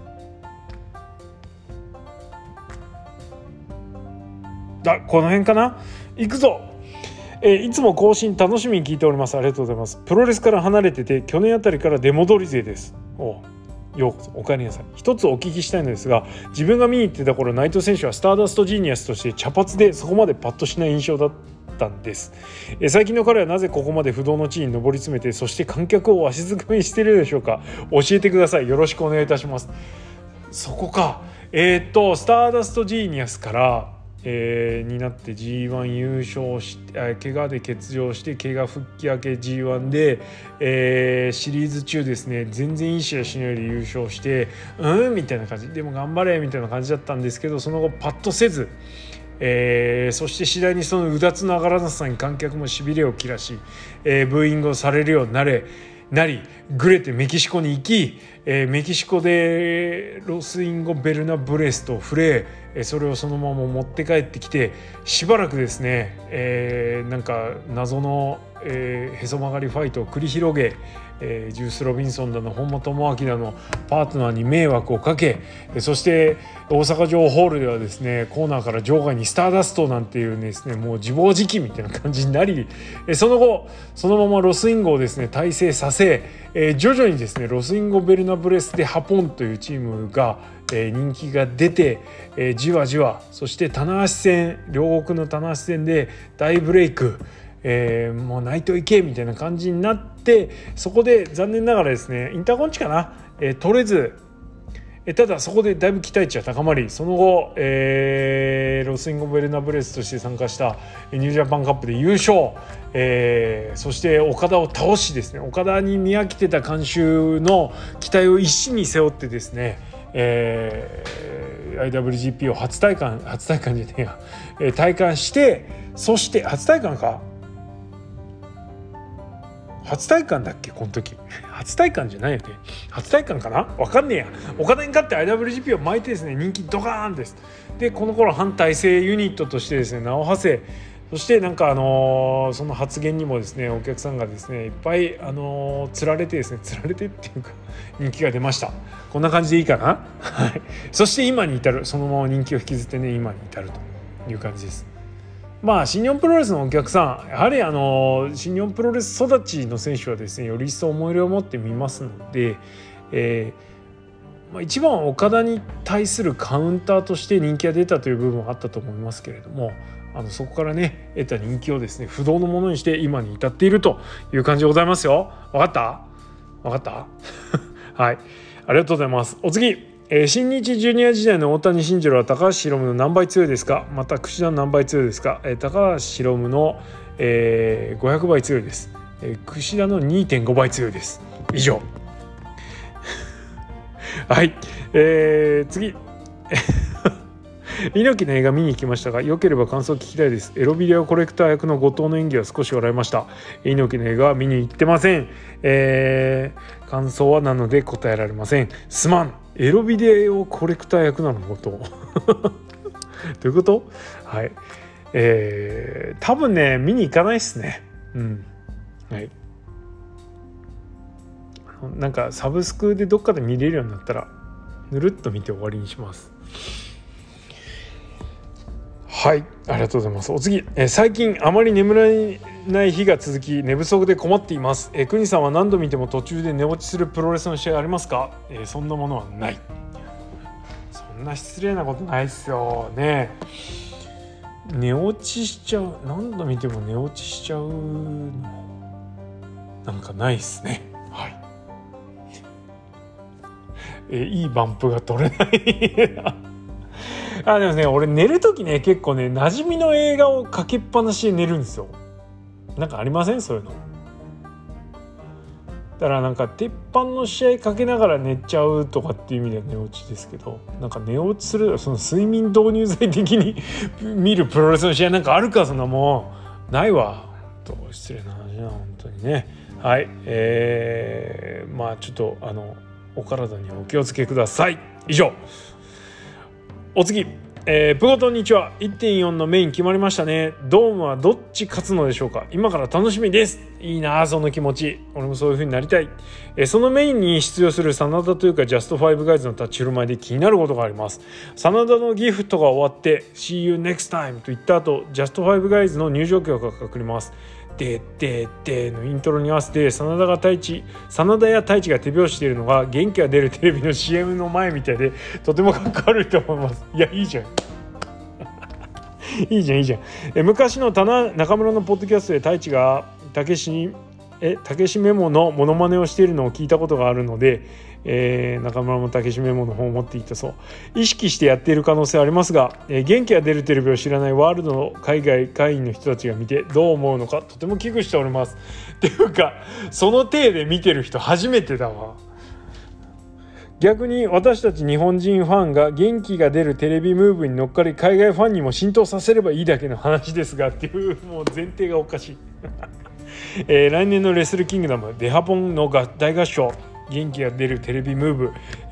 この辺かな。行くぞ。いつも更新楽しみに聞いております。ありがとうございます。プロレスから離れてて去年あたりから出戻り勢です。ようこそお帰りなさい。一つお聞きしたいのですが自分が見に行ってた頃内藤選手はスターダストジーニアスとして茶髪でそこまでパッとしない印象だったんです。最近の彼はなぜここまで不動の地位に上り詰めてそして観客をわしづかみにしているでしょうか。教えてください。よろしくお願いいたします。そこか。スターダストジーニアスからになって G1 優勝して怪我で欠場して怪我復帰明け G1 で、シリーズ中ですね全然いい試合しないで優勝してみたいな感じでも頑張れみたいな感じだったんですけどその後パッとせず、そして次第にそのうだつの上がらなさに観客もしびれを切らし、ブーイングをされるようになりグレてメキシコに行き、メキシコでロスインゴ・ベルナブレスと触れそれをそのまま持って帰ってきてしばらくですね、なんか謎の、へそ曲がりファイトを繰り広げ、ジュース・ロビンソンだの本間智明だのパートナーに迷惑をかけそして大阪城ホールではですねコーナーから場外にスターダストなんていうですねもう自暴自棄みたいな感じになりその後そのままロスインゴをですね大成させ徐々にですねロスインゴ・ベルナブレスでハポンというチームが人気が出てじわじわそして棚橋戦両国の棚橋戦で大ブレイクもうナイト行けみたいな感じになってそこで残念ながらですねインターコンチかな、取れずただそこでだいぶ期待値は高まりその後、ロスインゴ・ベルナブレスとして参加したニュージャパンカップで優勝、そして岡田を倒しですね岡田に見飽きてた観衆の期待を一身に背負ってですね、IWGP を初体感じゃねえや、体感してそして初体感だっけこの時初体感じゃないよね初体感かな分かんねえや岡田に勝って IWGP を巻いてですね人気ドカーンですでこの頃反体制ユニットとしてですね名を馳せそしてなんかその発言にもですねお客さんがですねいっぱいつられてっていうか人気が出ました。こんな感じでいいかなはいそして今に至るそのまま人気を引きずってね今に至るという感じです。まあ新日本プロレスのお客さんやはり新日本プロレス育ちの選手はですねより一層思い入れを持ってみますので、一番は岡田に対するカウンターとして人気が出たという部分はあったと思いますけれどもそこからね得た人気をですね不動のものにして今に至っているという感じでございますよ。分かったはいありがとうございます。お次新日ジュニア時代の大谷慎次郎は高橋宏夢の何倍強いですかまた櫛田の何倍強いですか、高橋宏夢の、500倍強いです、櫛田の 2.5 倍強いです以上はい、次猪木の映画見に行きましたが良ければ感想聞きたいです。エロビデオコレクター役の後藤の演技は少し笑いました。猪木の映画は見に行ってません、感想はなので答えられません。すまんエロビデオコレクター役なの後藤どういうこと。はい、多分ね見に行かないっすね。はいなんかサブスクでどっかで見れるようになったらぬるっと見て終わりにします。はいありがとうございます。お次、最近あまり眠らない日が続き寝不足で困っています。国さんは何度見ても途中で寝落ちするプロレスの試合ありますか。そんなものはない。そんな失礼なことないっすよね。寝落ちしちゃう何度見ても寝落ちしちゃうのなんかないっすね。はいいいバンプが取れないでもね俺寝る時ね結構ね馴染みの映画をかけっぱなしで寝るんですよ。なんかありませんそういうの。だからなんか鉄板の試合かけながら寝ちゃうとかっていう意味では寝落ちですけど、なんか寝落ちするその睡眠導入剤的に見るプロレスの試合なんかあるか、そんなもんないわ。本当失礼な話な本当にね。はい、まあちょっとお体にお気をつけください。以上。お次、プゴトンにちは 1.4 のメイン決まりましたね。ドームはどっち勝つのでしょうか。今から楽しみです。いいなその気持ち。俺もそういう風になりたい。そのメインに出場する真田というかジャスト5ガイズの立ち振る舞いで気になることがあります。真田のギフトが終わって See you next time と言った後、ジャスト5ガイズの入場曲がかかります。でのイントロに合わせて真田や太一が手拍子しているのが元気が出るテレビの CM の前みたいでとてもかっこ悪いと思います。いやいいじゃんいいじゃん。昔の中村のポッドキャストで太一がたけしメモのモノマネをしているのを聞いたことがあるので、中村もたけしメモの本を持っていたそう。意識してやっている可能性はありますが、元気が出るテレビを知らないワールドの海外会員の人たちが見てどう思うのかとても危惧しております。っていうかその体で見てる人初めてだわ。逆に私たち日本人ファンが元気が出るテレビムーブに乗っかり海外ファンにも浸透させればいいだけの話ですがっていうもう前提がおかしい来年のレスルキングダムデハポンの大合唱元気が出るテレビムーブ、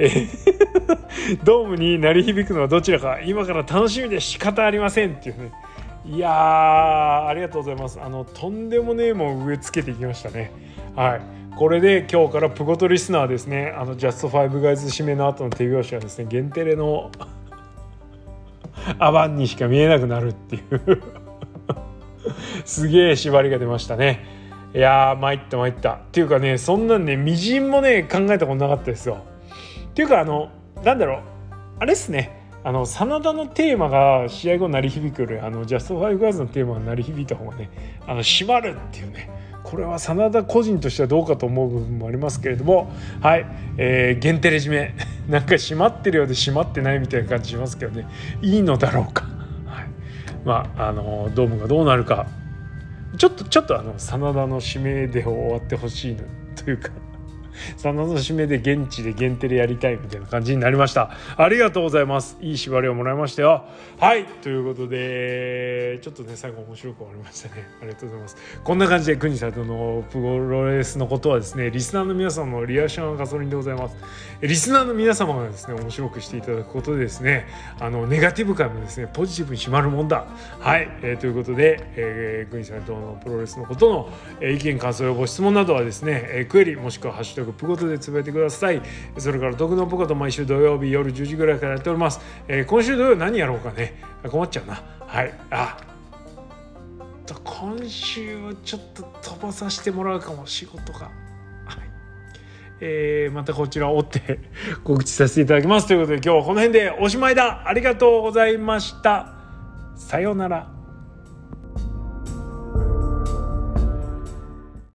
ドームに鳴り響くのはどちらか今から楽しみで仕方ありませんっていうね。いやーありがとうございます。とんでもねえもん植え付けていきましたね。はい、これで今日からプゴトリスナーですね、ジャスト5ガイズ締めの後の手拍子はですね限テレのアバンにしか見えなくなるっていうすげえ縛りが出ましたね。いやー参ったっていうかね、そんなんねみじんもね考えたことなかったですよ。っていうかなんだろうあれっすね、真田のテーマが試合後鳴り響くよりジャスト5ガイズのテーマが鳴り響いた方がね締まるっていうね、これは真田個人としてはどうかと思う部分もありますけれども、はい、限テレ締めなんか締まってるようで締まってないみたいな感じしますけどね、いいのだろうか。はい、まあドームがどうなるかちょっと真田の締めで終わってほしいのというか真田の締めで現地で限テレやりたいみたいな感じになりました。ありがとうございます。いい縛りをもらいましたよ。はいということでちょっとね最後面白く終わりましたね。ありがとうございます。こんな感じで国サイトのプロレスのことはですねリスナーの皆様のリアクションがガソリンでございます。リスナーの皆様がですね面白くしていただくことでですねネガティブ感もですねポジティブに締まるもんだ。はい、ということで、国サイトのプロレスのことの、意見感想やご質問などはですね、クエリもしくはハッシュタグプゴトでつぶやいてください。それから徳のポコと毎週土曜日夜10時ぐらいからやっております。今週土曜何やろうかね、困っちゃうな。はい今週はちょっと飛ばさせてもらうかも仕事が、またこちらを追って告知させていただきますということで今日はこの辺でおしまいだ。ありがとうございました。さようなら。